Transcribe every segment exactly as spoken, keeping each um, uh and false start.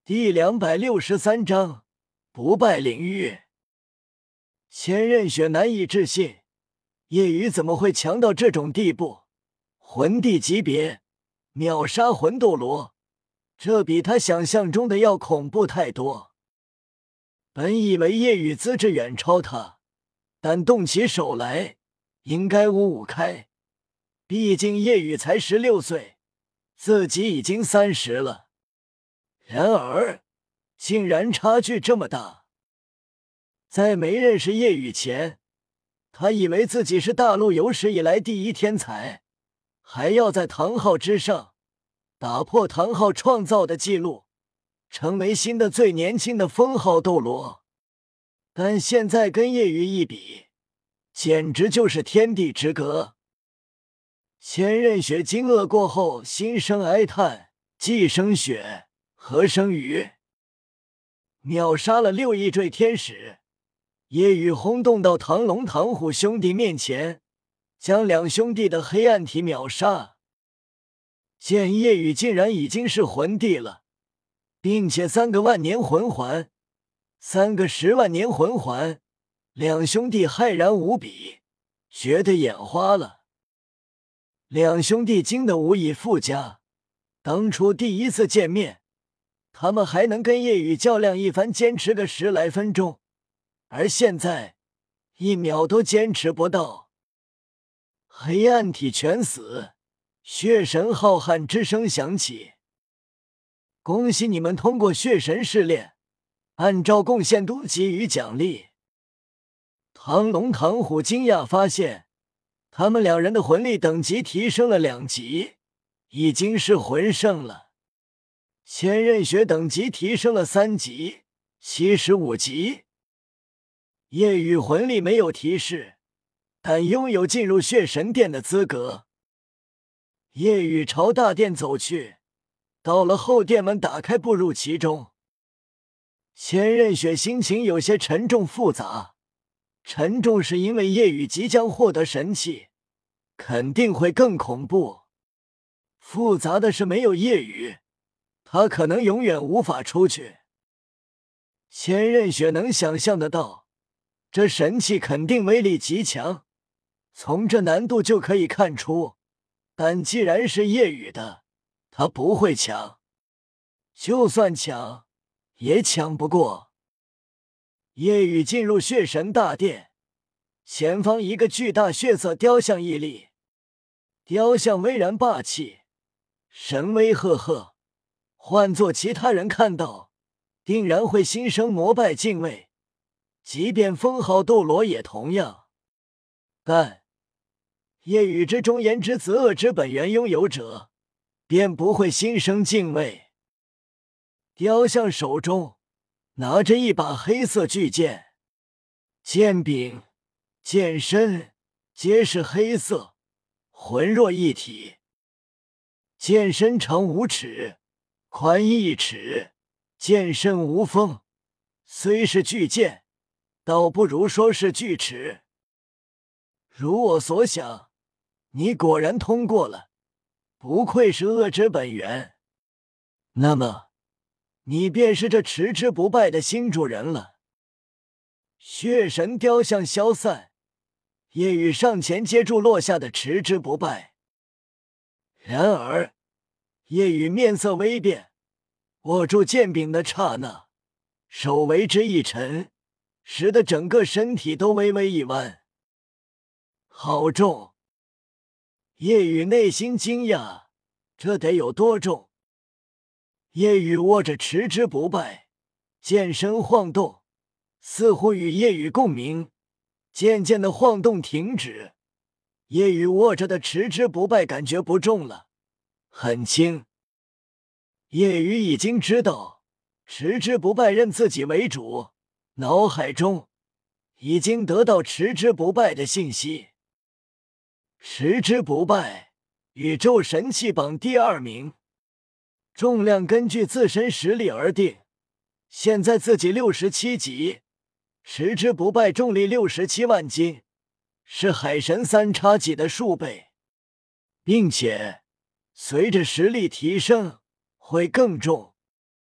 第两百六十三章不败领域。千仞雪难以置信，叶雨怎么会强到这种地步？魂帝级别，秒杀魂斗罗，这比他想象中的要恐怖太多。本以为叶雨资质远超他，但动起手来应该五五开，毕竟叶雨才十六岁，自己已经三十了。然而，竟然差距这么大。在没认识叶雨前，他以为自己是大陆有史以来第一天才，还要在唐昊之上打破唐昊创造的记录，成为新的最年轻的封号斗罗。但现在跟叶雨一比，简直就是天地之隔。千仞雪惊愕过后，心生哀叹：既生雪，何生雨？秒杀了六翼坠天使，叶雨轰动到唐龙唐虎兄弟面前，将两兄弟的黑暗体秒杀。见叶雨竟然已经是魂帝了，并且三个万年魂环，三个十万年魂环，两兄弟骇然无比，觉得眼花了。两兄弟惊得无以复加，当初第一次见面，他们还能跟叶雨较量一番，坚持个十来分钟，而现在一秒都坚持不到。黑暗体全死，血神浩瀚之声响起。恭喜你们通过血神试炼，按照贡献度给予奖励。唐龙唐虎惊讶发现，他们两人的魂力等级提升了两级，已经是魂圣了。千仞雪等级提升了三级，七十五级。叶雨魂力没有提示，但拥有进入血神殿的资格。叶雨朝大殿走去，到了后殿门打开，步入其中。千仞雪心情有些沉重复杂，沉重是因为叶雨即将获得神器，肯定会更恐怖。复杂的是没有叶雨，他可能永远无法出去。千仞雪能想象得到，这神器肯定威力极强，从这难度就可以看出，但既然是叶雨的，他不会抢，就算抢也抢不过。叶雨进入血神大殿，前方一个巨大血色雕像屹立，雕像巍然霸气，神威赫赫，换作其他人看到，定然会心生膜拜敬畏，即便封号斗罗也同样。但叶雨之忠言之子恶之本源拥有者，便不会心生敬畏。雕像手中拿着一把黑色巨剑，剑柄、剑身皆是黑色，浑若一体。剑身长五尺，宽一尺，剑身无锋，虽是巨剑，倒不如说是巨齿。如我所想，你果然通过了，不愧是恶之本源。那么，你便是这持之不败的新主人了。血神雕像消散，叶雨上前接住落下的持之不败。然而，叶雨面色微变，握住剑柄的刹那，手为之一沉，使得整个身体都微微一弯。好重！叶雨内心惊讶，这得有多重？叶雨握着持之不败，剑身晃动，似乎与叶雨共鸣，渐渐的晃动停止。叶雨握着的持之不败感觉不重了，很轻。叶雨已经知道持之不败认自己为主，脑海中已经得到持之不败的信息。持之不败，宇宙神器榜第二名，重量根据自身实力而定。现在自己六十七级，持之不败重力六十七万斤，是海神三叉戟的数倍，并且随着实力提升会更重。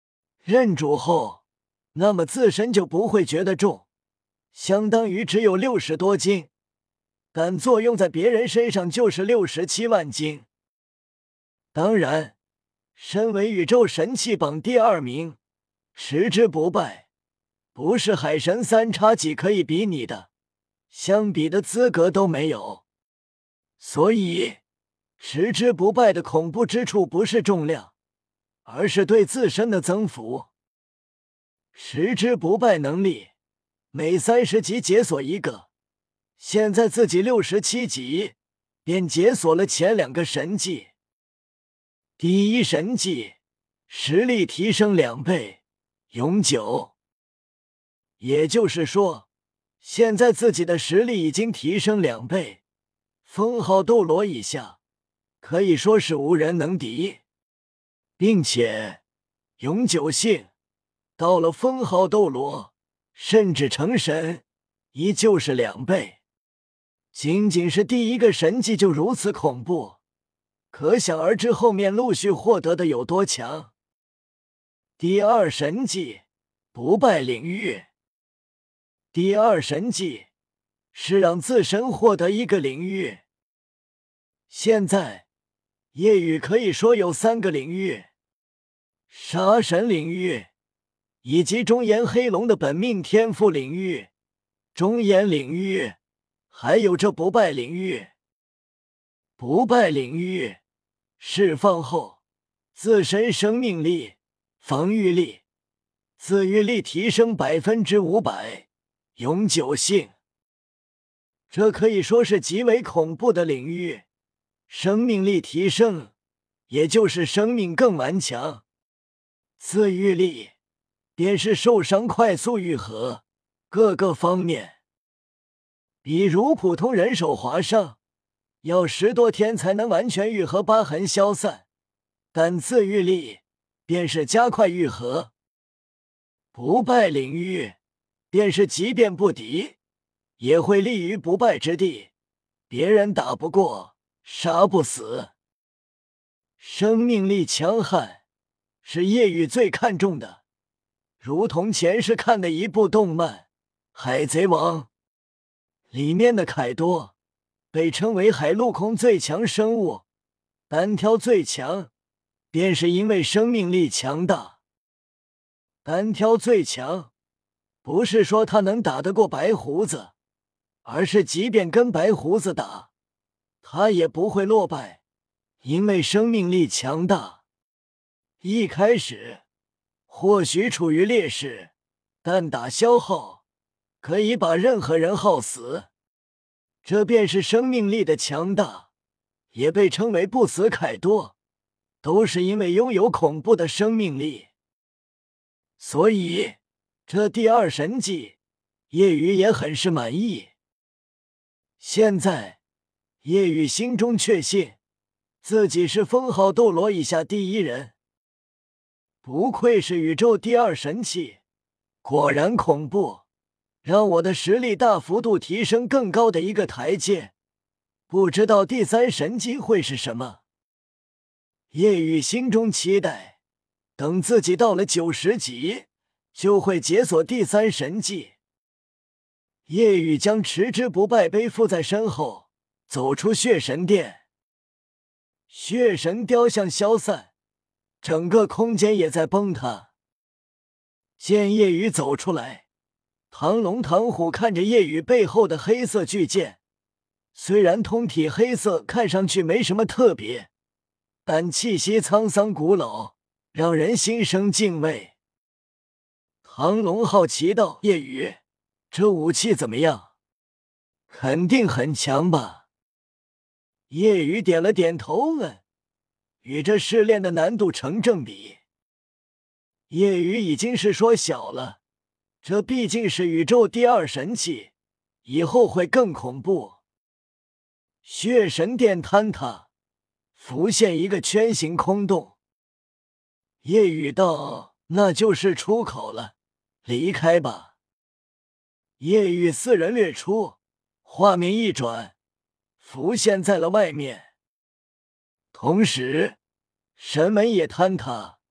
认主后，那么自身就不会觉得重，相当于只有六十多斤，但作用在别人身上就是六十七万斤。当然，身为宇宙神器榜第二名，持之不败，不是海神三叉戟可以比拟的，相比的资格都没有。所以，持之不败的恐怖之处不是重量，而是对自身的增幅。持之不败能力，每三十级解锁一个，现在自己六十七级，便解锁了前两个神技。第一神技，实力提升两倍，永久。也就是说，现在自己的实力已经提升两倍，封号斗罗以下，可以说是无人能敌，并且永久性到了封号斗罗，甚至成神，依旧是两倍。仅仅是第一个神技就如此恐怖，可想而知后面陆续获得的有多强。第二神技，不败领域。第二神技是让自身获得一个领域。现在夜雨可以说有三个领域：杀神领域，以及中炎黑龙的本命天赋领域、中炎领域，还有这不败领域。不败领域释放后，自身生命力、防御力、自愈力提升 百分之五百， 永久性。这可以说是极为恐怖的领域。生命力提升，也就是生命更顽强；自愈力，便是受伤快速愈合，各个方面。比如普通人手划伤，要十多天才能完全愈合，疤痕消散，但自愈力便是加快愈合。不败领域便是即便不敌，也会立于不败之地，别人打不过，杀不死。生命力强悍是夜雨最看重的，如同前世看的一部动漫《海贼王》，里面的凯多被称为海陆空最强生物，单挑最强便是因为生命力强大。单挑最强不是说他能打得过白胡子，而是即便跟白胡子打，他也不会落败，因为生命力强大。一开始或许处于劣势，但打消耗可以把任何人耗死，这便是生命力的强大，也被称为不死凯多，都是因为拥有恐怖的生命力。所以这第二神技夜雨也很是满意。现在夜雨心中确信自己是封号斗罗以下第一人，不愧是宇宙第二神器，果然恐怖，让我的实力大幅度提升更高的一个台阶。不知道第三神技会是什么？夜雨心中期待，等自己到了九十级，就会解锁第三神技。夜雨将持之不败背负在身后，走出血神殿。血神雕像消散，整个空间也在崩塌。见夜雨走出来，唐龙唐虎看着夜雨背后的黑色巨剑，虽然通体黑色看上去没什么特别，但气息沧桑古老，让人心生敬畏。唐龙好奇道：夜雨，这武器怎么样？肯定很强吧？夜雨点了点头，问：与这试炼的难度成正比。夜雨已经是说小了，这毕竟是宇宙第二神器，以后会更恐怖。血神殿坍塌，浮现一个圈形空洞。夜雨道：那就是出口了，离开吧。夜雨四人掠出，画面一转，浮现在了外面。同时神门也坍塌，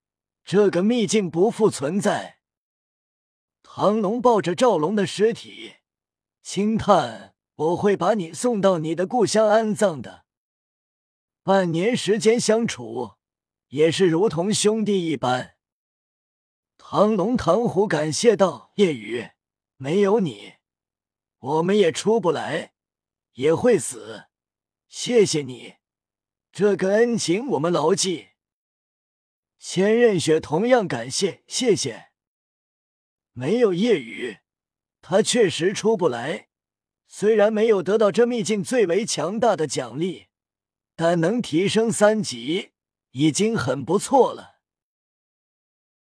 这个秘境不复存在。唐龙抱着赵龙的尸体，轻叹：“我会把你送到你的故乡安葬的。半年时间相处，也是如同兄弟一般。”唐龙唐虎感谢道：“夜雨，没有你，我们也出不来，也会死。谢谢你，这个恩情我们牢记。”千仞雪同样感谢：“谢谢。没有夜雨，他确实出不来。虽然没有得到这秘境最为强大的奖励，但能提升三级，已经很不错了。”